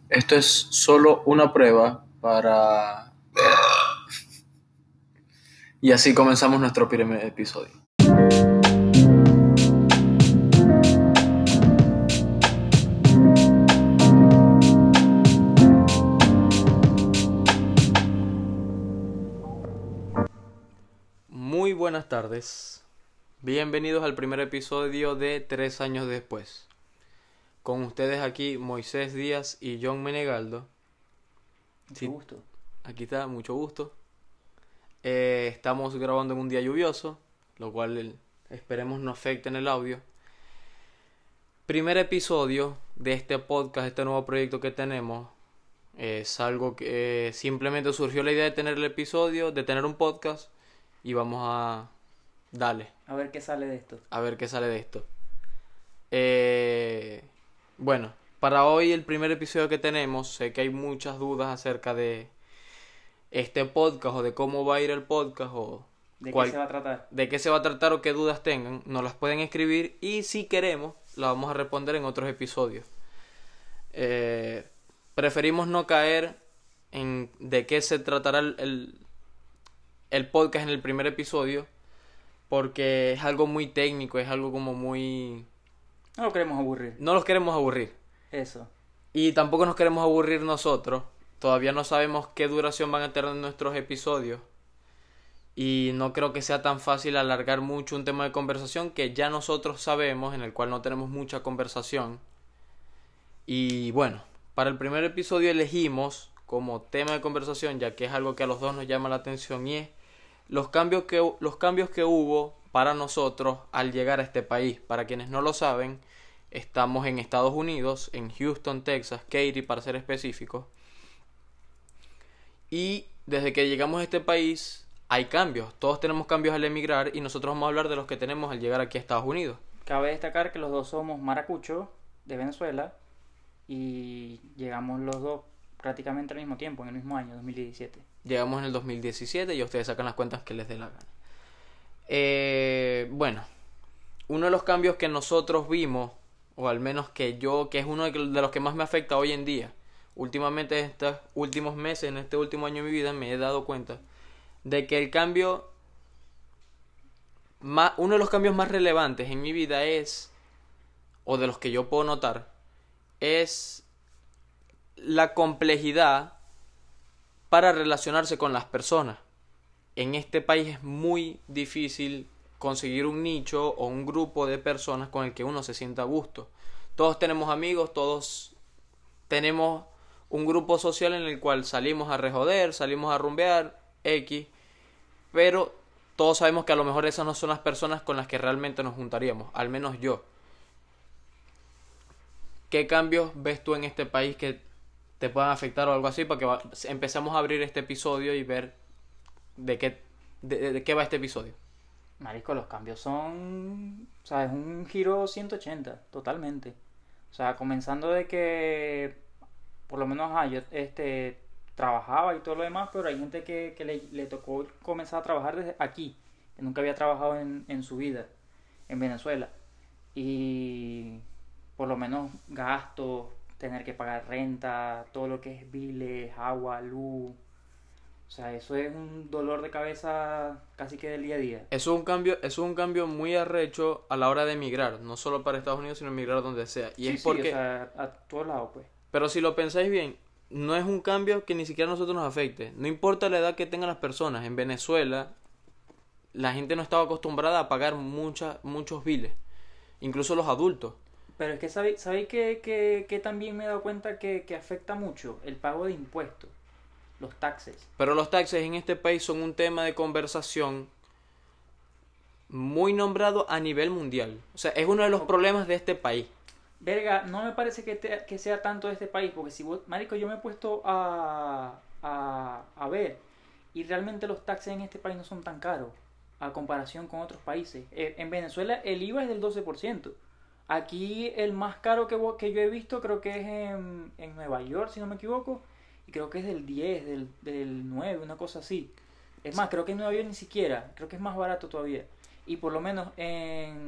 Esto es solo una prueba para... Y así comenzamos nuestro primer episodio. Muy buenas tardes. Bienvenidos al primer episodio de 3 años después. Con ustedes aquí Moisés Díaz y John Menegaldo. Mucho gusto. Aquí está, mucho gusto. Estamos grabando en un día lluvioso, lo cual esperemos no afecte en el audio. Primer episodio de este podcast, este nuevo proyecto que tenemos. Es algo que simplemente surgió la idea de tener el episodio, de tener un podcast y vamos a darle, A ver qué sale de esto. a ver qué sale de esto. Bueno, para hoy el primer episodio que tenemos, sé que hay muchas dudas acerca de este podcast o de cómo va a ir el podcast o ¿De qué se va a tratar? de qué se va a tratar o qué dudas tengan, nos las pueden escribir y si queremos las vamos a responder en otros episodios. Preferimos no caer en de qué se tratará el podcast en el primer episodio porque es algo muy técnico, es algo como muy... No lo queremos aburrir. No los queremos aburrir Eso. y tampoco nos queremos aburrir nosotros. Todavía no sabemos qué duración van a tener nuestros episodios y no creo que sea tan fácil alargar mucho un tema de conversación que ya nosotros sabemos, en el cual no tenemos mucha conversación. Y bueno, para el primer episodio elegimos como tema de conversación, ya que es algo que a los dos nos llama la atención, y es los cambios que hubo para nosotros al llegar a este país. Para quienes no lo saben, estamos en Estados Unidos, en Houston, Texas, Katy para ser específicos. Y desde que llegamos a este país hay cambios. Todos tenemos cambios al emigrar y nosotros vamos a hablar de los que tenemos al llegar aquí a Estados Unidos. Cabe destacar que los dos somos maracuchos de Venezuela y llegamos los dos prácticamente al mismo tiempo, en el mismo año, 2017. Llegamos en el 2017 y ustedes sacan las cuentas que les dé la gana. Bueno, uno de los cambios que nosotros vimos, o al menos que yo, que es uno de los que más me afecta hoy en día, últimamente en estos últimos meses, en este último año de mi vida, me he dado cuenta de que uno de los cambios más relevantes en mi vida es, o de los que yo puedo notar, es la complejidad para relacionarse con las personas. En este país es muy difícil conseguir un nicho o un grupo de personas con el que uno se sienta a gusto. Todos tenemos amigos, todos tenemos un grupo social en el cual salimos a rejoder, salimos a rumbear, X, pero todos sabemos que a lo mejor esas no son las personas con las que realmente nos juntaríamos, al menos yo. ¿Qué cambios ves tú en este país que te puedan afectar o algo así? Para que empecemos a abrir este episodio y ver de qué, de qué va este episodio. Marisco, los cambios son... O sea, es un giro 180, totalmente. O sea, comenzando de que... Por lo menos, yo trabajaba y todo lo demás, pero hay gente que le tocó comenzar a trabajar desde aquí, que nunca había trabajado en su vida, en Venezuela. Y por lo menos gastos, tener que pagar renta, todo lo que es biles, agua, luz. O sea, eso es un dolor de cabeza casi que del día a día. Eso es un cambio muy arrecho a la hora de emigrar, no solo para Estados Unidos, sino emigrar donde sea. Y Sí, es sí, o porque, sea, a todos lados, pues. pero si lo pensáis bien, no es un cambio que ni siquiera a nosotros nos afecte. No importa la edad que tengan las personas. En Venezuela, la gente no estaba acostumbrada a pagar muchos biles, incluso los adultos. Pero es que sabéis que también me he dado cuenta que afecta mucho el pago de impuestos, los taxes. Pero los taxes en este país son un tema de conversación muy nombrado a nivel mundial. O sea, es uno de los problemas de este país. Verga, no me parece que sea tanto de este país, porque si vos, marico, yo me he puesto a ver, y realmente los taxes en este país no son tan caros, a comparación con otros países. En Venezuela el IVA es del 12%. Aquí el más caro que yo he visto creo que es en Nueva York, si no me equivoco, y creo que es del 10, del 9, una cosa así. Es más, creo que en Nueva York ni siquiera, creo que es más barato todavía. Y por lo menos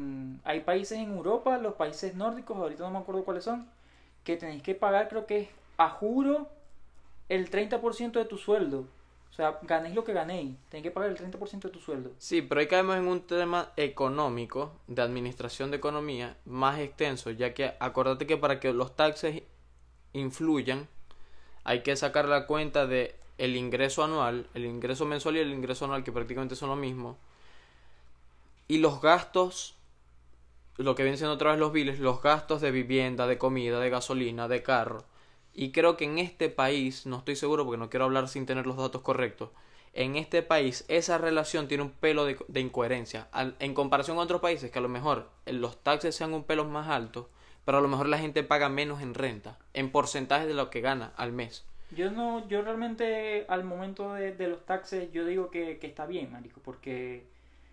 hay países en Europa, los países nórdicos, ahorita no me acuerdo cuáles son, que tenéis que pagar creo que es a juro el 30% de tu sueldo. O sea, ganéis lo que ganéis, tenés que pagar el 30% de tu sueldo. Sí, pero ahí caemos en un tema económico, de administración de economía, más extenso, ya que acuérdate que para que los taxes influyan, hay que sacar la cuenta de el ingreso anual, el ingreso mensual y el ingreso anual, que prácticamente son lo mismo, y los gastos, lo que vienen siendo otra vez los biles, los gastos de vivienda, de comida, de gasolina, de carro. Y creo que en este país, no estoy seguro porque no quiero hablar sin tener los datos correctos, en este país esa relación tiene un pelo de incoherencia. En comparación con otros países que a lo mejor los taxes sean un pelo más altos, pero a lo mejor la gente paga menos en renta, en porcentaje de lo que gana al mes. Yo realmente al momento de los taxes, yo digo que está bien, marico, porque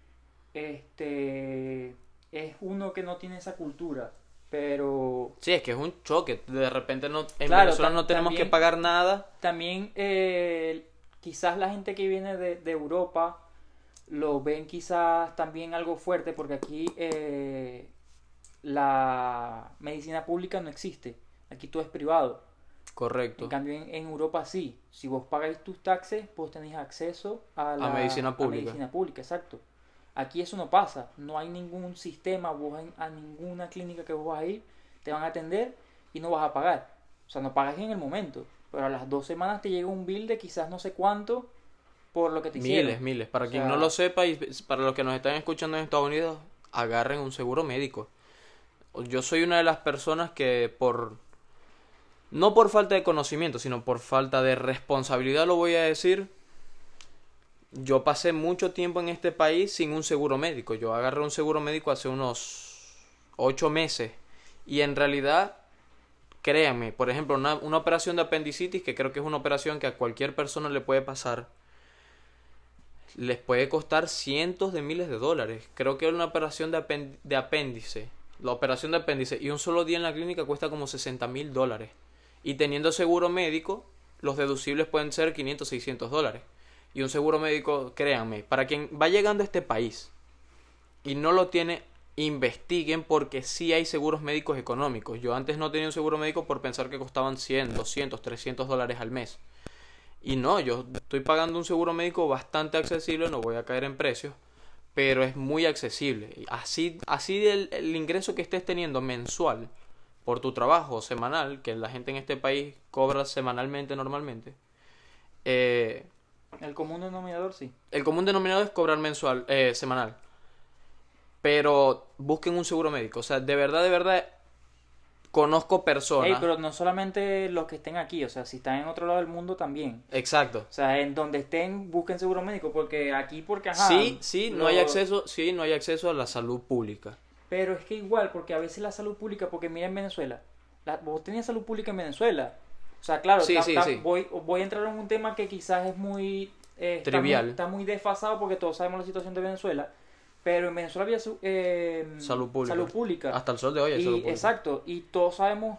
es uno que no tiene esa cultura, pero Sí, es que es un choque. De repente no, en claro, Venezuela no tenemos que también, pagar nada. también quizás la gente que viene de Europa lo ven quizás también algo fuerte, porque aquí la medicina pública no existe, aquí todo es privado. En Correcto. cambio, en Europa sí. Si vos pagáis tus taxes, vos tenéis acceso A medicina a pública. medicina pública, exacto. Aquí eso no pasa. No hay ningún sistema, a ninguna clínica que vos vas a ir, te van a atender y no vas a pagar. O sea, no pagas en el momento. Pero a las 2 semanas te llega un bill de quizás no sé cuánto por lo que te hicieron. Miles, miles. Para O quien no sea, lo sepa y para los que nos están escuchando en Estados Unidos, agarren un seguro médico. Yo soy una de las personas que no por falta de conocimiento, sino por falta de responsabilidad lo voy a decir. Yo pasé mucho tiempo en este país sin un seguro médico. Yo agarré un seguro médico hace unos 8 meses. Y en realidad, créanme, por ejemplo, una operación de apendicitis, que creo que es una operación que a cualquier persona le puede pasar, les puede costar cientos de miles de dólares. Creo que una operación de apéndice, la operación de apéndice y un solo día en la clínica cuesta como $60,000. Y teniendo seguro médico, los deducibles pueden ser 500, $600. Y un seguro médico, créanme, para quien va llegando a este país y no lo tiene, investiguen porque sí hay seguros médicos económicos. Yo antes no tenía un seguro médico por pensar que costaban 100, 200, $300 al mes. Y no, yo estoy pagando un seguro médico bastante accesible, no voy a caer en precios, pero es muy accesible. Así el ingreso que estés teniendo mensual por tu trabajo semanal, que la gente en este país cobra semanalmente normalmente, eh, el común denominador sí. el común denominador es cobrar semanal. Pero busquen un seguro médico. O sea, de verdad, conozco Ey, personas. pero no solamente los que estén aquí, o sea, si están en otro lado del mundo también. Exacto. O sea, en donde estén, busquen seguro médico, porque aquí, porque ajá. Sí, no hay acceso a la salud pública. Pero es que igual, porque a veces la salud pública, porque mira en Venezuela, vos tenías salud pública en Venezuela. O sea, claro, Sí, sí, sí. voy a entrar en un tema que quizás es muy, Trivial. está muy desfasado porque todos sabemos la situación de Venezuela. Pero en Venezuela había Salud pública. salud pública. Hasta el sol de hoy hay salud pública. Exacto, y todos sabemos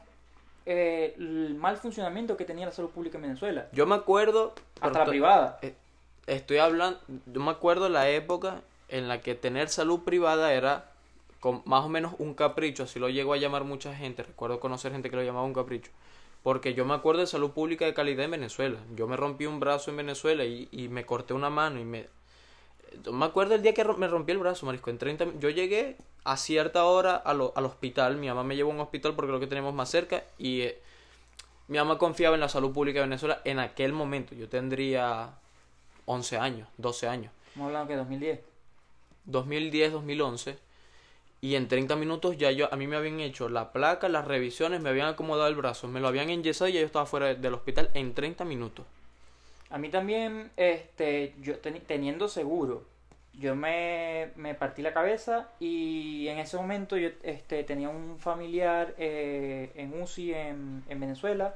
el mal funcionamiento que tenía la salud pública en Venezuela. Yo me acuerdo. Hasta la privada. Estoy hablando. Yo me acuerdo la época en la que tener salud privada era más o menos un capricho. Así lo llegó a llamar mucha gente. Recuerdo conocer gente que lo llamaba un capricho. Porque yo me acuerdo de salud pública de calidad en Venezuela. Yo me rompí un brazo en Venezuela y me corté una mano Yo me acuerdo el día que me rompí el brazo, marisco. Yo llegué a cierta hora al hospital. Mi mamá me llevó a un hospital porque es lo que tenemos más cerca. Y mi mamá confiaba en la salud pública de Venezuela en aquel momento. Yo tendría 11 años, 12 años. Estamos hablando que 2010. 2010, 2011. Y en 30 minutos a mí me habían hecho la placa, las revisiones, me habían acomodado el brazo, me lo habían enyesado y ya yo estaba fuera del hospital en 30 minutos. A mí también, yo teniendo seguro, yo me partí la cabeza y en ese momento yo tenía un familiar en UCI en Venezuela.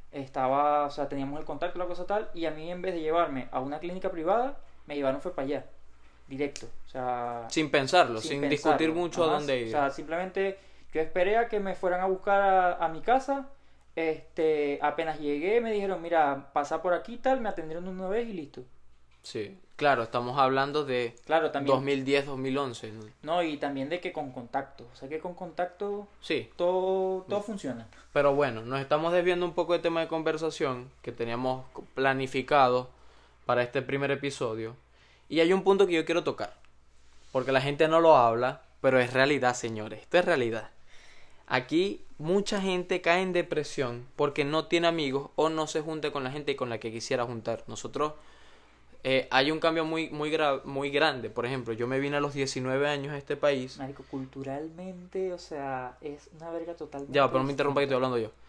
O sea, teníamos el contacto, la cosa tal, y a mí en vez de llevarme a una clínica privada, me llevaron fue para allá, directo. O sea, Sin pensarlo, sin pensarlo. discutir mucho a Ajá, dónde ir. O sea, simplemente yo esperé a que me fueran a buscar a mi casa. Apenas llegué me dijeron, mira, pasa por aquí y tal, me atendieron una vez y listo. Sí. Claro, estamos hablando de Claro, también. 2010, 2011, ¿no? No, y también de que con contacto. O sea que con contacto Sí, todo funciona. pero bueno, nos estamos desviando un poco del tema de conversación que teníamos planificado para este primer episodio. Y hay un punto que yo quiero tocar, porque la gente no lo habla, pero es realidad, señores. Esto es realidad. Aquí mucha gente cae en depresión porque no tiene amigos o no se junta con la gente con la que quisiera juntar. Nosotros hay un cambio muy grande. Por ejemplo, yo me vine a los 19 años a este país. Marico, culturalmente, o sea, es una verga totalmente. Ya, pero no me interrumpa que estoy distinta. hablando yo.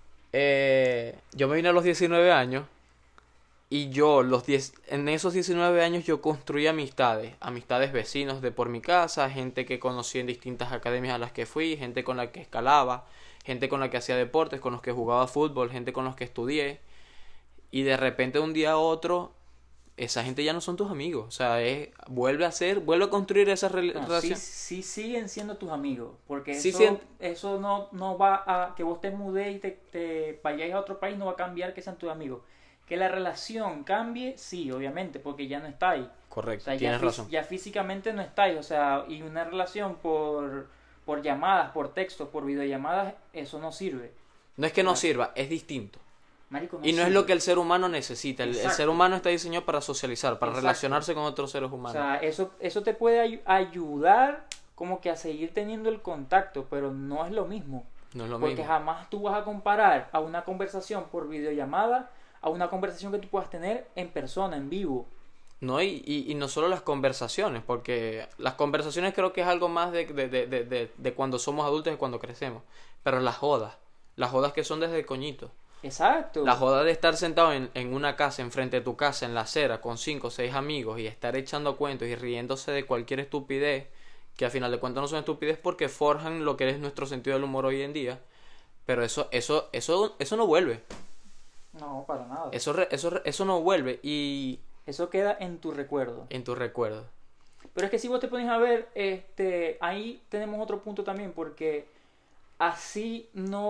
Yo me vine a los 19 años y en esos 19 años yo construí amistades vecinos de por mi casa, gente que conocí en distintas academias a las que fui, gente con la que escalaba, gente con la que hacía deportes, con los que jugaba fútbol, gente con los que estudié. Y de repente de un día a otro, esa gente ya no son tus amigos. O sea, vuelve a construir esa No, sí, relación. sí siguen siendo tus amigos, porque Sí, eso no va a que vos te mudéis y te vayáis a otro país, no va a cambiar que sean tus amigos. Que la relación cambie, sí, obviamente, porque ya no estáis. O Correcto, sea, tienes razón. ya físicamente no estáis, o sea, y una relación por llamadas, por textos, por videollamadas, eso no sirve. No es que no Claro. sirva, es distinto. Marico, Y no es sirve. lo que el ser humano necesita. El Exacto. ser humano está diseñado para socializar, para Exacto. relacionarse con otros seres O humanos. sea, eso te puede ayudar como que a seguir teniendo el contacto, pero no es lo mismo. No es lo Porque mismo. jamás tú vas a comparar a una conversación por videollamada a una conversación que tú puedas tener en persona, en vivo. No, y no solo las conversaciones, porque las conversaciones creo que es algo más de cuando somos adultos y cuando crecemos. Pero las jodas que son desde coñito. Exacto. La joda de estar sentado en una casa, enfrente de tu casa, en la acera, con 5 o 6 amigos y estar echando cuentos y riéndose de cualquier estupidez, que al final de cuentas no son estupidez porque forjan lo que es nuestro sentido del humor hoy en día. Pero eso no vuelve. No, para nada. Eso no vuelve y Eso queda en tu recuerdo. en tu recuerdo. Pero es que si vos te pones a ver, ahí tenemos otro punto también, porque así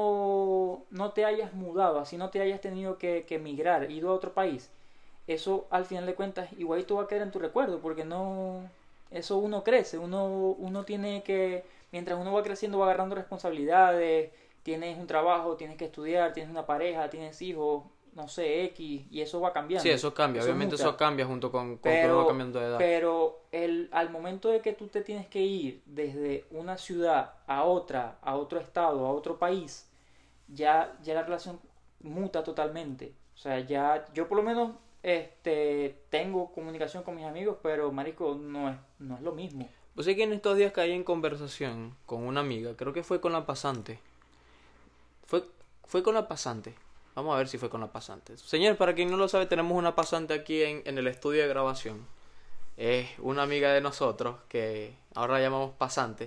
no te hayas mudado, así no te hayas tenido que emigrar, ido a otro país, eso al final de cuentas igualito va a quedar en tu recuerdo, porque no, eso uno crece, uno tiene que, mientras uno va creciendo va agarrando responsabilidades, tienes un trabajo, tienes que estudiar, tienes una pareja, tienes hijos, no sé, X, y eso va cambiando. Sí, eso cambia. Obviamente muta. eso cambia junto con que uno va cambiando de edad. Pero al momento de que tú te tienes que ir desde una ciudad a otra, a otro estado, a otro país, ya la relación muta totalmente. O sea, ya yo por lo menos tengo comunicación con mis amigos, pero marico, no es lo mismo. Pues sé que en estos días caí en conversación con una amiga, creo que fue con la pasante. Fue con la pasante. Vamos a ver si fue con la pasante. Señor, para quien no lo sabe, tenemos una pasante aquí en el estudio de grabación. Es una amiga de nosotros que ahora la llamamos pasante.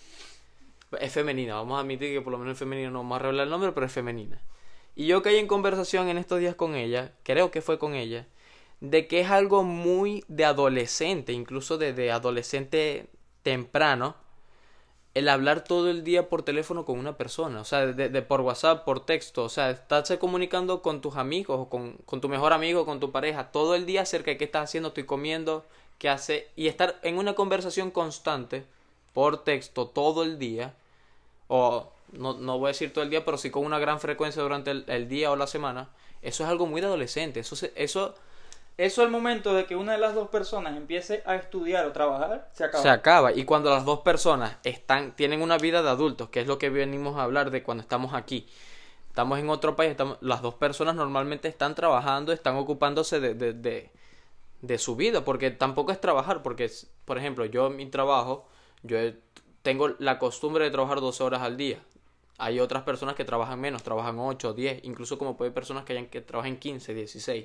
Es femenina, vamos a admitir que por lo menos es femenina, no vamos a revelar el nombre, pero es femenina. Y yo caí en conversación en estos días con ella, creo que fue con ella, de que es algo muy de adolescente, incluso de adolescente temprano, el hablar todo el día por teléfono con una persona, o sea, por WhatsApp, por texto, o sea, estarse comunicando con tus amigos, o con tu mejor amigo, con tu pareja, todo el día acerca de qué estás haciendo, estoy comiendo, qué hace, y estar en una conversación constante, por texto, todo el día, o no voy a decir todo el día, pero sí con una gran frecuencia durante el día o la semana, eso es algo muy de adolescente, Eso al momento de que una de las dos personas empiece a estudiar o trabajar, se acaba. se acaba. Y cuando las dos personas tienen una vida de adultos, que es lo que venimos a hablar de cuando estamos aquí, estamos en otro país, las dos personas normalmente están trabajando, están ocupándose de su vida, porque tampoco es trabajar, porque, por ejemplo, yo en mi trabajo, tengo la costumbre de trabajar 12 horas al día. Hay otras personas que trabajan menos, trabajan 8, 10, incluso como puede haber personas que trabajen 15, 16.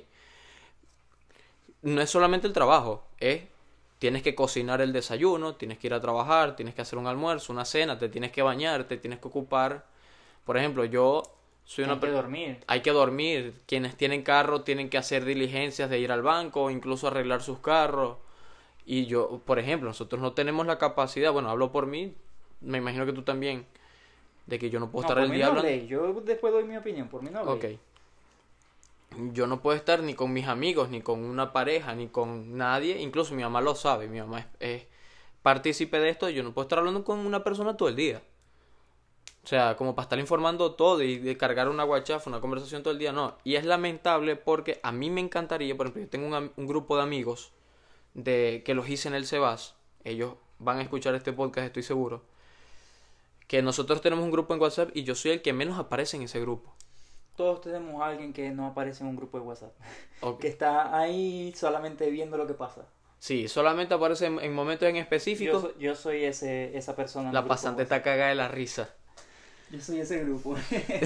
No es solamente el trabajo, tienes que cocinar el desayuno, tienes que ir a trabajar, tienes que hacer un almuerzo, una cena, te tienes que bañar, te tienes que ocupar. Por ejemplo, yo soy Hay que dormir. Hay que dormir. Quienes tienen carro tienen que hacer diligencias de ir al banco, incluso arreglar sus carros. Y yo, por ejemplo, nosotros no tenemos la capacidad, bueno, hablo por mí, me imagino que tú también, de que yo no puedo estar por el mí día no hablando. hablé. Yo después doy mi opinión, por mí no hablé. Ok. yo no puedo estar ni con mis amigos, ni con una pareja, ni con nadie. Incluso mi mamá lo sabe, mi mamá es partícipe de esto. Yo no puedo estar hablando con una persona todo el día. O sea, como para estar informando todo y de cargar una guachafa, una conversación todo el día, no. Y es lamentable porque a mí me encantaría, por ejemplo, yo tengo un grupo de amigos que los hice en el Cebas. Ellos van a escuchar este podcast, estoy seguro. Que nosotros tenemos un grupo en WhatsApp y yo soy el que menos aparece en ese grupo. Todos tenemos a alguien que no aparece en un grupo de WhatsApp. Ok. Que está ahí solamente viendo lo que pasa. Sí, solamente aparece en momentos en específicos. Yo soy esa persona. En el La grupo de pasante está WhatsApp. cagada de la risa. Yo soy ese grupo.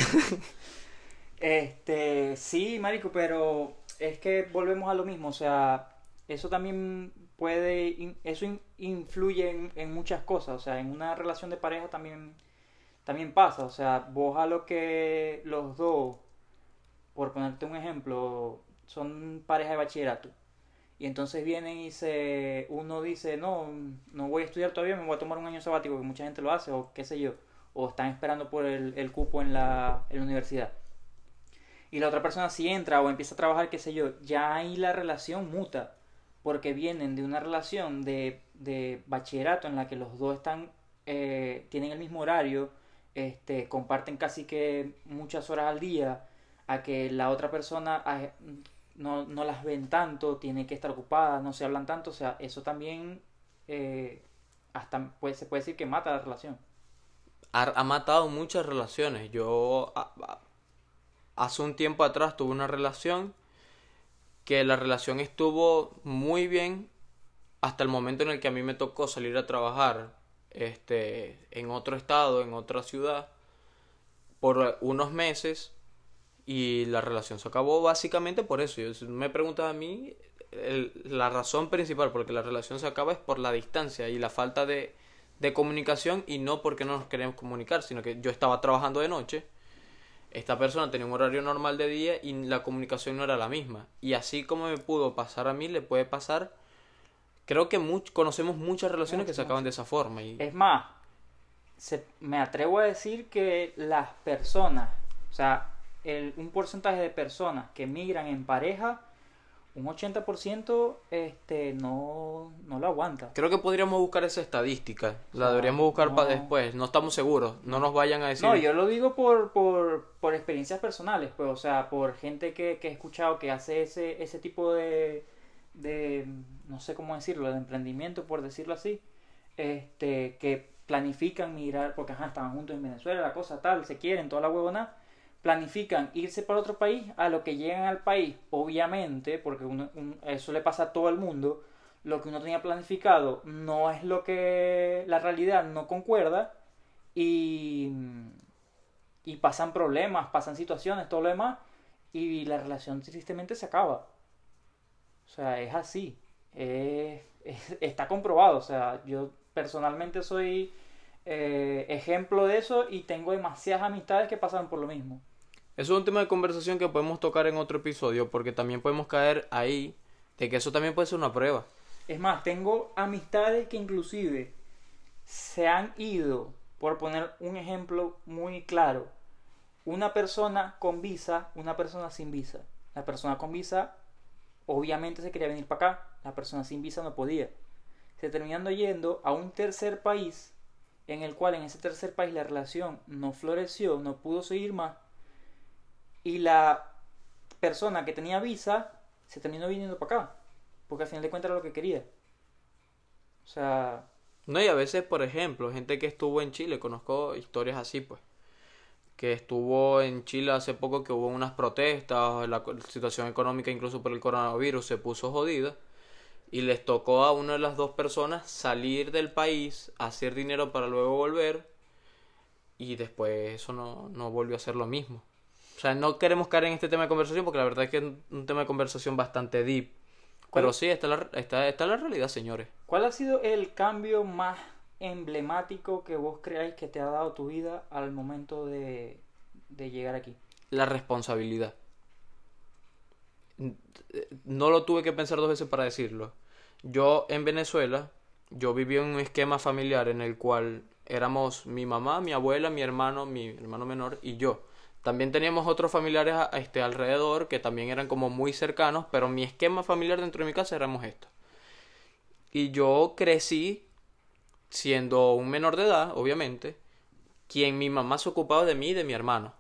Sí, marico, pero es que volvemos a lo mismo. O sea, eso también influye en muchas cosas. O sea, en una relación de pareja también pasa. O sea, vos a lo que los dos, por ponerte un ejemplo, son pareja de bachillerato. Y entonces vienen y uno dice, no voy a estudiar todavía, me voy a tomar un año sabático, que mucha gente lo hace, o qué sé yo, o están esperando por el cupo en la universidad. Y la otra persona sí entra o empieza a trabajar, qué sé yo, ya ahí la relación muta, porque vienen de una relación de bachillerato en la que los dos tienen el mismo horario, comparten casi que muchas horas al día, a que la otra persona no las ven tanto, tiene que estar ocupada, no se hablan tanto, o sea, eso también se puede decir que mata la relación. Ha matado muchas relaciones. Hace un tiempo atrás tuve una relación que la relación estuvo muy bien hasta el momento en el que a mí me tocó salir a trabajar en otro estado, en otra ciudad, por unos meses y la relación se acabó básicamente por eso. Si me preguntas a mí, la razón principal por la que la relación se acaba es por la distancia y la falta de comunicación y no porque no nos queremos comunicar, sino que yo estaba trabajando de noche, esta persona tenía un horario normal de día y la comunicación no era la misma. Y así como me pudo pasar a mí, le puede pasar. Creo que conocemos muchas relaciones que se acaban de esa forma. Es más, me atrevo a decir que las personas, o sea, un porcentaje de personas que migran en pareja, un 80% no lo aguanta. Creo que podríamos buscar esa estadística. O La sea, deberíamos buscar no, para después. No estamos seguros. No nos vayan a decir. no, yo lo digo por experiencias personales, pues, o sea, por gente que he escuchado que hace ese tipo de, no sé cómo decirlo, de emprendimiento, por decirlo así, que planifican migrar, porque ajá, estaban juntos en Venezuela, la cosa tal, se quieren, toda la huevona, planifican irse para otro país, a lo que llegan al país, obviamente, porque eso le pasa a todo el mundo, lo que uno tenía planificado no es lo que la realidad no concuerda y, y pasan problemas, pasan situaciones, todo lo demás, y la relación tristemente se acaba. O sea, es así. Está comprobado. O sea, yo personalmente soy ejemplo de eso y tengo demasiadas amistades que pasan por lo mismo. Eso es un tema de conversación que podemos tocar en otro episodio porque también podemos caer ahí de que eso también puede ser una prueba. Es más, tengo amistades que inclusive se han ido, por poner un ejemplo muy claro, una persona con visa, una persona sin visa. La persona con visa obviamente se quería venir para acá, la persona sin visa no podía. Se terminando yendo a un tercer país en el cual en ese tercer país la relación no floreció, no pudo seguir más y la persona que tenía visa se terminó viniendo para acá porque al final de cuentas era lo que quería. O sea, No, y a veces, por ejemplo, gente que estuvo en Chile, conozco historias así, pues, que estuvo en Chile hace poco que hubo unas protestas, la situación económica incluso por el coronavirus se puso jodida y les tocó a una de las dos personas salir del país, hacer dinero para luego volver y después eso no volvió a ser lo mismo. O sea, no queremos caer en este tema de conversación porque la verdad es que es un tema de conversación bastante deep. Pero sí, está la realidad, señores. ¿cuál ha sido el cambio más emblemático que vos creáis que te ha dado tu vida al momento de llegar aquí? La responsabilidad. No lo tuve que pensar dos veces para decirlo. Yo en Venezuela, yo vivía en un esquema familiar en el cual éramos mi mamá, mi abuela, mi hermano menor y yo. También teníamos otros familiares alrededor que también eran como muy cercanos, pero mi esquema familiar dentro de mi casa éramos estos. Y yo crecí siendo un menor de edad, obviamente, quien mi mamá se ocupaba de mí y de mi hermano.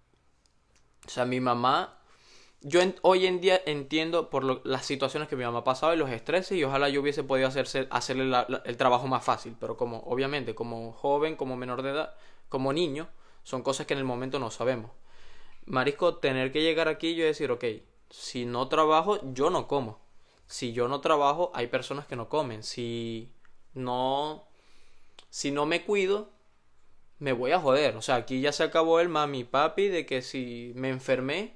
O sea, mi mamá, hoy en día entiendo por las situaciones que mi mamá pasaba y los estreses y ojalá yo hubiese podido hacerle el trabajo más fácil, pero como, obviamente, como joven, como menor de edad, como niño, son cosas que en el momento no sabemos. Marisco, tener que llegar aquí y yo decir, ok, si no trabajo, yo no como. Si yo no trabajo, hay personas que no comen. No, si no me cuido, me voy a joder. O sea, aquí ya se acabó el mami papi de que si me enfermé,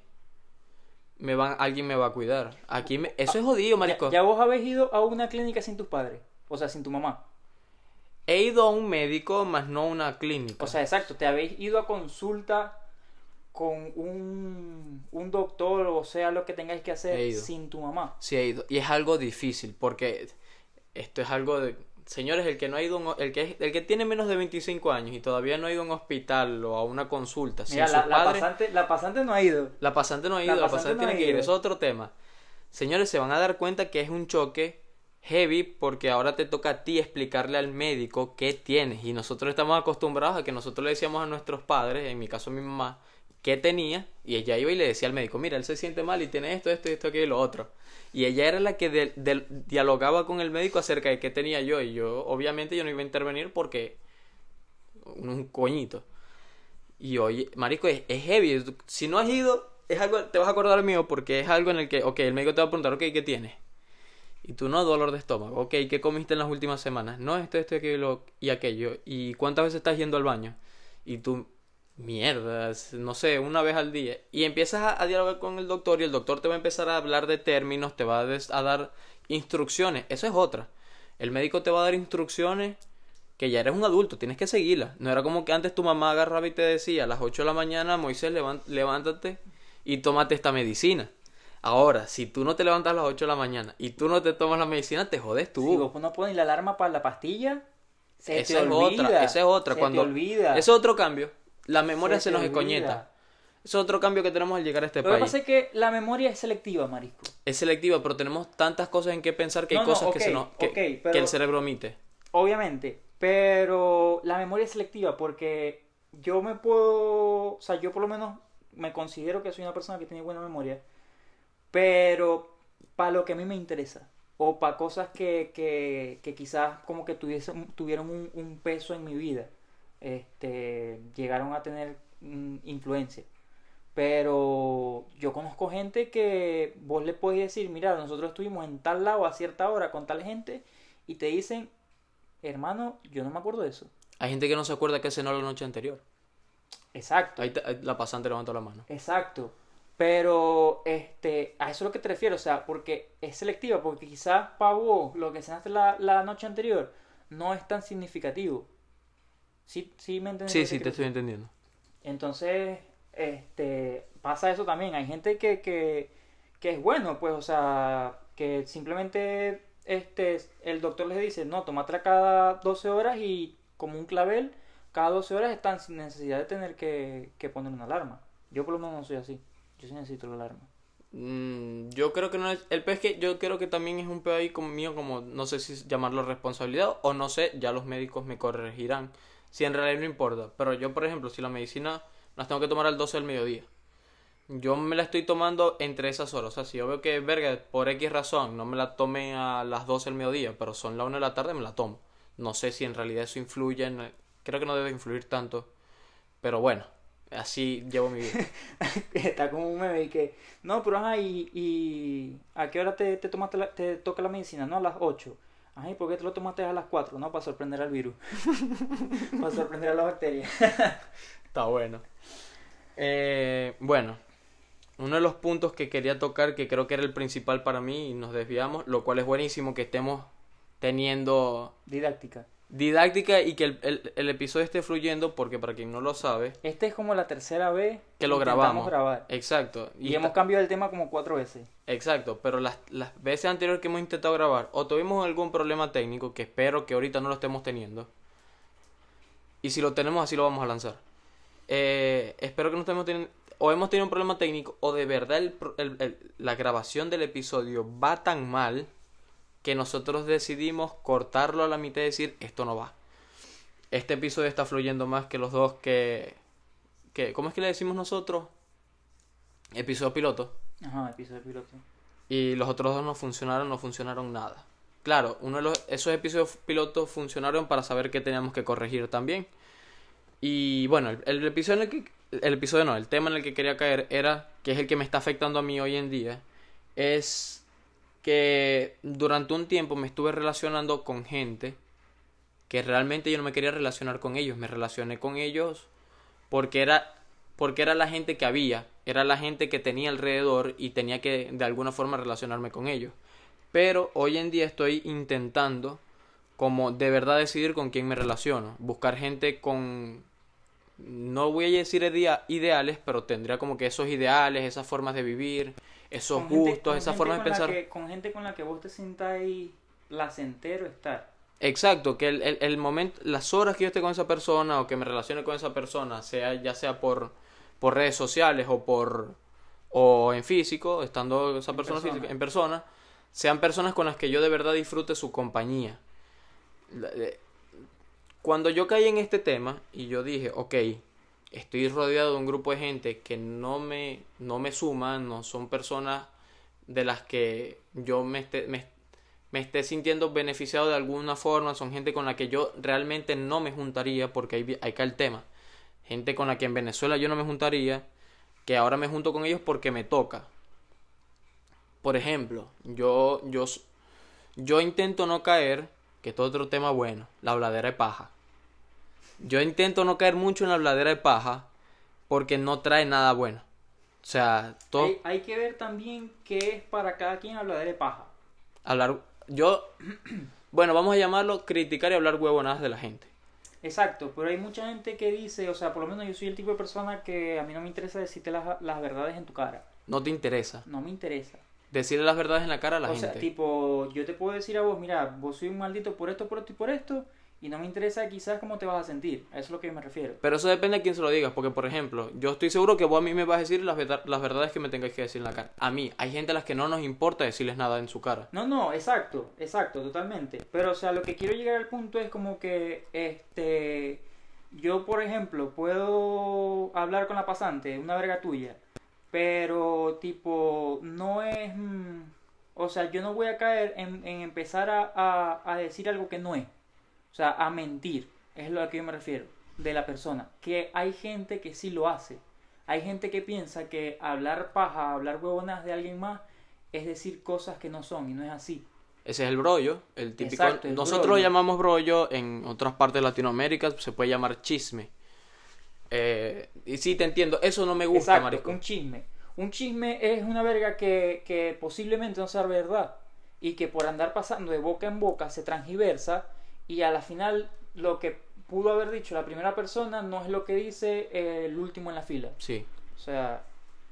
alguien me va a cuidar. Eso es jodido, marisco. Ya vos habéis ido a una clínica sin tus padres, o sea, sin tu mamá. He ido a un médico, más no a una clínica. O sea, exacto, te habéis ido a consulta con un doctor, o sea, lo que tengáis que hacer sin tu mamá. Sí, he ido. Y es algo difícil, porque esto es algo de... Señores, el que no ha ido, el que tiene menos de 25 años y todavía no ha ido a un hospital o a una consulta Mira, sin sus padres... la pasante no ha ido. La pasante no ha ido, la pasante tiene que ir. Eso es otro tema. Señores, se van a dar cuenta que es un choque heavy porque ahora te toca a ti explicarle al médico qué tienes. Y nosotros estamos acostumbrados a que nosotros le decíamos a nuestros padres, en mi caso a mi mamá, qué tenía. Y ella iba y le decía al médico, mira, él se siente mal y tiene esto, aquello y lo otro. Y ella era la que dialogaba con el médico acerca de qué tenía yo. Y yo, obviamente, yo no iba a intervenir porque... un coñito. Y oye, marico, es heavy. Si no has ido, es algo, te vas a acordar mío porque es algo en el que, ok, el médico te va a preguntar, ok, ¿qué tienes? Y tú no, dolor de estómago. Ok, ¿qué comiste en las últimas semanas? No, esto, aquello y aquello. ¿Y cuántas veces estás yendo al baño? Y tú, mierda, no sé, una vez al día. Y empiezas a dialogar con el doctor y el doctor te va a empezar a hablar de términos, te va a dar instrucciones. Eso es otra. El médico te va a dar instrucciones que ya eres un adulto, tienes que seguirlas. No era como que antes tu mamá agarraba y te decía a las 8 de la mañana, Moisés, levántate y tómate esta medicina. Ahora, si tú no te levantas a las 8 de la mañana y tú no te tomas la medicina, te jodes tú. Si vos no pones la alarma para la pastilla, esa es otra. Te olvida. Ese es otro cambio. La memoria se nos escoñeta. Ese es otro cambio que tenemos al llegar a este país. Lo que pasa es que la memoria es selectiva, marisco. Es selectiva, pero tenemos tantas cosas en que pensar que hay cosas que el cerebro omite. Obviamente, pero la memoria es selectiva porque yo o sea, yo por lo menos me considero que soy una persona que tiene buena memoria, pero para lo que a mí me interesa o para cosas que quizás como que tuvieron un peso en mi vida, llegaron a tener influencia. Pero yo conozco gente que vos le podés decir, mira, nosotros estuvimos en tal lado a cierta hora con tal gente y te dicen, hermano, yo no me acuerdo de eso. Hay gente que no se acuerda que cenó la noche anterior. Exacto. Ahí la pasante levantó la mano. Exacto. Pero a eso es lo que te refiero, o sea, porque es selectiva, porque quizás para vos lo que cenaste la noche anterior no es tan significativo. ¿Sí me entiendes? Sí, te estoy entendiendo. Entonces, pasa eso también. Hay gente que es bueno, pues, o sea, que simplemente el doctor les dice, no, tómatela cada 12 horas y como un clavel, cada 12 horas están sin necesidad de tener que poner una alarma. Yo por lo menos no soy así. Yo sí necesito la alarma. Yo creo que no es... El pez que yo creo que también es un pedo ahí mío, como no sé si llamarlo responsabilidad o no sé, ya los médicos me corregirán. Si en realidad no importa. Pero yo, por ejemplo, si la medicina las tengo que tomar al 12 del mediodía, yo me la estoy tomando entre esas horas. O sea, si yo veo que, verga, por X razón no me la tomé a las 12 del mediodía, pero son las 1 de la tarde, me la tomo. No sé si en realidad eso influye creo que no debe influir tanto. Pero bueno, así llevo mi vida. Está como un meme y que... No, pero ajá, ¿y a qué hora te toca la medicina? No, a las 8. Ajá, ¿y por qué te lo tomaste a las 4? No, para sorprender al virus. Para sorprender a la bacteria. Está bueno. Bueno, uno de los puntos que quería tocar, que creo que era el principal para mí, y nos desviamos, lo cual es buenísimo que estemos teniendo... Didáctica y que el episodio esté fluyendo, porque para quien no lo sabe... Esta es como la tercera vez que lo grabamos. Exacto. Y hemos cambiado el tema como 4 veces. Exacto, pero las veces anteriores que hemos intentado grabar, o tuvimos algún problema técnico, que espero que ahorita no lo estemos teniendo. Y si lo tenemos, así lo vamos a lanzar. espero que no estemos teniendo, o hemos tenido un problema técnico, o de verdad la grabación del episodio va tan mal que nosotros decidimos cortarlo a la mitad y decir, esto no va. Este episodio está fluyendo más que los dos que ¿cómo es que le decimos nosotros? Episodio piloto. Ajá, episodio piloto. Y los otros dos no funcionaron nada. Claro, esos episodios pilotos funcionaron para saber qué teníamos que corregir también. Y bueno, el tema en el que quería caer era, que es el que me está afectando a mí hoy en día, es que durante un tiempo me estuve relacionando con gente que realmente yo no me quería relacionar con ellos. Me relacioné con ellos porque era la gente que había, era la gente que tenía alrededor y tenía que de alguna forma relacionarme con ellos. Pero hoy en día estoy intentando como de verdad decidir con quién me relaciono, buscar gente con, no voy a decir ideales, pero tendría como que esos ideales, esas formas de vivir, esos gustos, esas formas de pensar. Con gente con la que vos te sintáis placentero estar. Exacto, que el momento, las horas que yo esté con esa persona o que me relacione con esa persona, ya sea por redes sociales o en físico, estando esa persona física, en persona, sean personas con las que yo de verdad disfrute su compañía. Cuando yo caí en este tema y yo dije, ok, estoy rodeado de un grupo de gente que no me suman, no son personas de las que yo me esté sintiendo beneficiado de alguna forma, son gente con la que yo realmente no me juntaría, porque ahí cae el tema. Gente con la que en Venezuela yo no me juntaría, que ahora me junto con ellos porque me toca. Por ejemplo, yo intento no caer, que esto es otro tema bueno, la habladera de paja. Yo intento no caer mucho en la habladera de paja porque no trae nada bueno. O sea, hay que ver también qué es para cada quien habladera de paja. Bueno, vamos a llamarlo criticar y hablar huevonadas de la gente. Exacto, pero hay mucha gente que dice, o sea, por lo menos yo soy el tipo de persona que a mí no me interesa decirte las verdades en tu cara. No te interesa. No me interesa. Decirle las verdades en la cara a la gente. O sea, tipo, yo te puedo decir a vos, mira, vos soy un maldito por esto, por esto y por esto, y no me interesa quizás cómo te vas a sentir. A eso es lo que yo me refiero. Pero eso depende de quién se lo digas, porque por ejemplo, yo estoy seguro que vos a mí me vas a decir las verdades que me tengáis que decir en la cara. A mí, hay gente a las que no nos importa decirles nada en su cara. No, exacto, totalmente. Pero, o sea, lo que quiero llegar al punto es como que, yo, por ejemplo, puedo hablar con la pasante, una verga tuya, pero, tipo, no es... o sea, yo no voy a caer en empezar a decir algo que no es. O sea, a mentir, es lo a lo que yo me refiero, de la persona. Que hay gente que sí lo hace. Hay gente que piensa que hablar paja, hablar huevonas de alguien más, es decir cosas que no son, y no es así. Ese es el brollo, el típico. Exacto, Nosotros lo llamamos brollo, en otras partes de Latinoamérica se puede llamar chisme. Y sí, te entiendo, eso no me gusta, exacto, marico. Un chisme. Un chisme es una verga que posiblemente no sea verdad. Y que por andar pasando de boca en boca se transgiversa. Y a la final, lo que pudo haber dicho la primera persona no es lo que dice el último en la fila. Sí. O sea...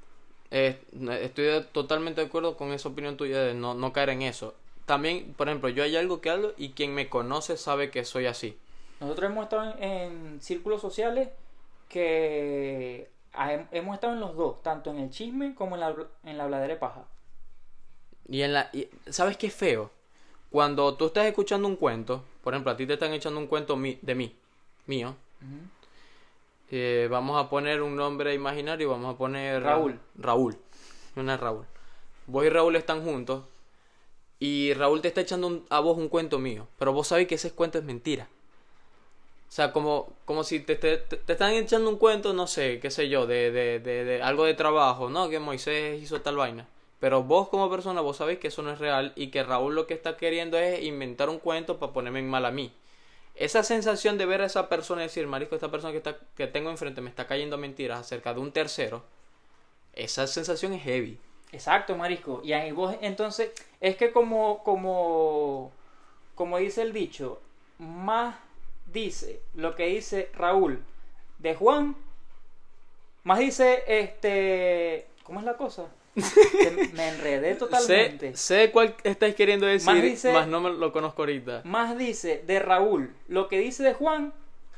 estoy totalmente de acuerdo con esa opinión tuya de no caer en eso. También, por ejemplo, yo hay algo que hablo y quien me conoce sabe que soy así. Nosotros hemos estado en círculos sociales que hemos estado en los dos, tanto en el chisme como en la habladera de paja. Y ¿sabes qué es feo? Cuando tú estás escuchando un cuento, por ejemplo, a ti te están echando un cuento de mí, mío. Uh-huh. Vamos a poner un nombre imaginario, vamos a poner... Raúl. No es Raúl. Vos y Raúl están juntos y Raúl te está echando a vos un cuento mío, pero vos sabés que ese cuento es mentira. O sea, como si te están echando un cuento, no sé, qué sé yo, de algo de trabajo, ¿no? Que Moisés hizo tal vaina. Pero vos como persona, vos sabés que eso no es real y que Raúl lo que está queriendo es inventar un cuento para ponerme en mal a mí. Esa sensación de ver a esa persona y decir, marico, esta persona que tengo enfrente me está cayendo mentiras acerca de un tercero, esa sensación es heavy. Exacto, marisco. Y ahí vos, entonces, es que como dice el dicho, más dice lo que dice Raúl de Juan, más dice, ¿cómo es la cosa? Me enredé totalmente. Sé cuál estáis queriendo decir, más no me lo conozco ahorita. Más dice de Raúl lo que dice de Juan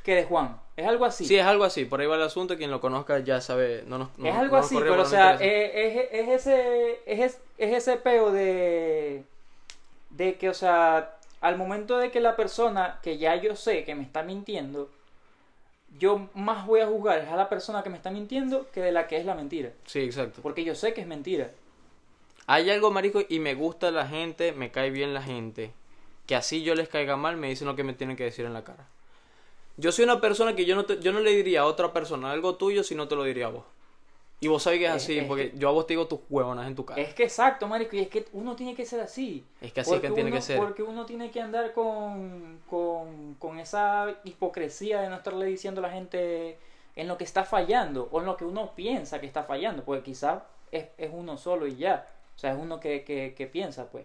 que de Juan. Es algo así. Sí, es algo así. Por ahí va el asunto. Quien lo conozca ya sabe. Es algo así, pero o sea, es ese peo de que, o sea, al momento de que la persona que ya yo sé que me está mintiendo, yo más voy a juzgar es a la persona que me está mintiendo que de la que es la mentira. Sí, exacto. Porque yo sé que es mentira. Hay algo, marico, y me gusta la gente, me cae bien la gente, que así yo les caiga mal, me dicen lo que me tienen que decir en la cara. Yo soy una persona que yo no le diría a otra persona algo tuyo si no te lo diría a vos. Y vos sabés que es así, porque yo a vos te digo tus huevonas en tu cara. Es que exacto, marico, y es que uno tiene que ser así. Es que así es que tiene que ser. Porque uno tiene que andar con esa hipocresía de no estarle diciendo a la gente en lo que está fallando, o en lo que uno piensa que está fallando, porque quizás es uno solo y ya. O sea, es uno que piensa, pues.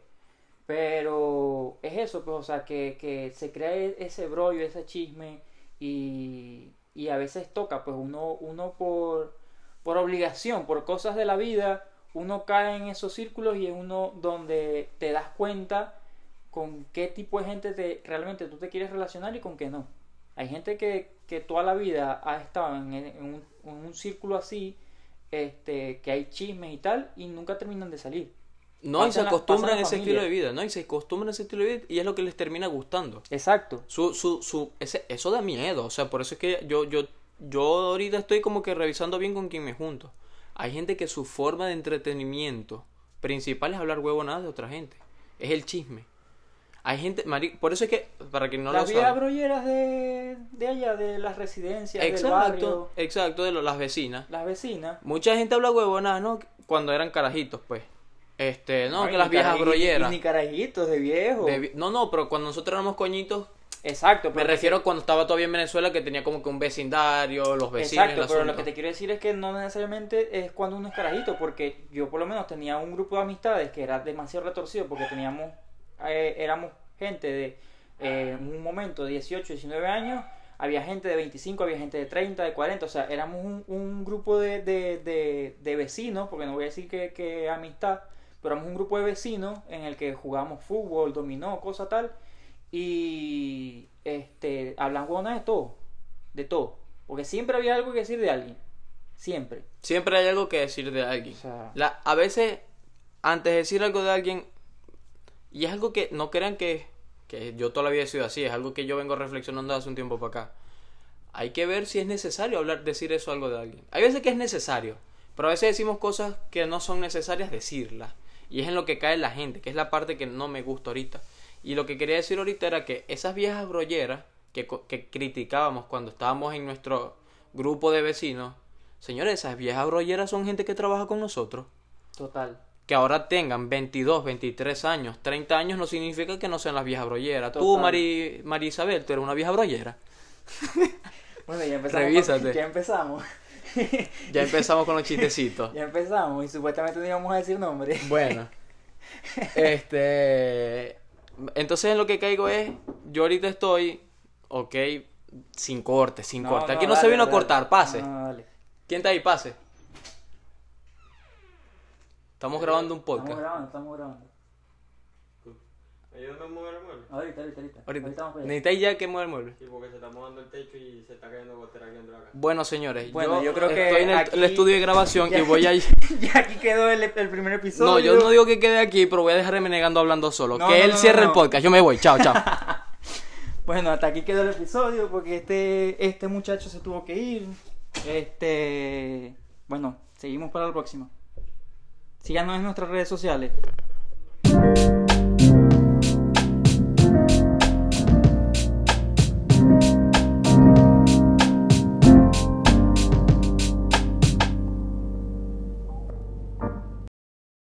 Pero es eso, pues, o sea, que se crea ese brollo, ese chisme, y a veces toca, pues, uno por obligación, por cosas de la vida, uno cae en esos círculos y es uno donde te das cuenta con qué tipo de gente realmente tú te quieres relacionar y con qué no. Hay gente que toda la vida ha estado en un círculo así, que hay chismes y tal, y nunca terminan de salir. No, y se acostumbran a ese estilo de vida, ¿no? Y se acostumbran a ese estilo de vida y es lo que les termina gustando. Exacto. Eso da miedo, o sea, por eso es que yo ahorita estoy como que revisando bien con quién me junto. Hay gente que su forma de entretenimiento principal es hablar huevonadas de otra gente. Es el chisme. Hay gente, por eso es que, para quien no lo sabe... Las vías brolleras de allá, de las residencias, del barrio. Exacto, de las vecinas. Las vecinas. Mucha gente habla huevonadas, ¿no? Cuando eran carajitos, pues. No, que las viejas brolleras. Ni carajitos, de viejo. No, pero cuando nosotros éramos coñitos... Exacto. Me refiero cuando estaba todavía en Venezuela, que tenía como que un vecindario, los vecinos. Exacto, pero lo que te quiero decir es que no necesariamente es cuando uno es carajito, porque yo por lo menos tenía un grupo de amistades que era demasiado retorcido, porque éramos gente de en un momento de 18, 19 años, había gente de 25, había gente de 30, de 40, o sea, éramos un grupo de vecinos, porque no voy a decir que amistad, pero éramos un grupo de vecinos en el que jugábamos fútbol, dominó, cosa tal. Y hablan huevonas de todo, porque siempre había algo que decir de alguien, siempre hay algo que decir de alguien. O sea, a veces antes de decir algo de alguien, y es algo que no crean que yo toda la vida he sido así, es algo que yo vengo reflexionando hace un tiempo para acá, hay que ver si es necesario decir eso algo de alguien. Hay veces que es necesario, pero a veces decimos cosas que no son necesarias decirlas, y es en lo que cae la gente, que es la parte que no me gusta ahorita. Y lo que quería decir ahorita era que esas viejas brolleras que criticábamos cuando estábamos en nuestro grupo de vecinos, señores, esas viejas brolleras son gente que trabaja con nosotros. total. Que ahora tengan 22, 23 años, 30 años no significa que no sean las viejas brolleras. Total. Tú, María Isabel, tú eres una vieja brollera. Bueno, ya empezamos. Revísate. Ya empezamos con los chistecitos. Ya empezamos y supuestamente no íbamos a decir nombre. Bueno. Entonces en lo que caigo es, yo ahorita estoy, ok, sin corte. Aquí no se vino a cortar, pase. Dale. ¿Quién está ahí? Pase. Estamos grabando un podcast. Estamos grabando. ¿Ayúdame a mover el mueble? Ahorita vamos para allá. ¿Necesitáis ya que mueva el mueble? Sí, porque se está mojando el techo y se está cayendo gotera aquí dentro de acá. Bueno, señores, yo creo que estoy en aquí- el estudio de grabación y voy a... Ya aquí quedó el primer episodio. No, yo no digo que quede aquí, pero voy a dejarme negando hablando solo. No, que no, él no, cierre no. el podcast. Yo me voy. Chao. Bueno, hasta aquí quedó el episodio porque este muchacho se tuvo que ir. Bueno, seguimos para la próxima. Síganos en nuestras redes sociales.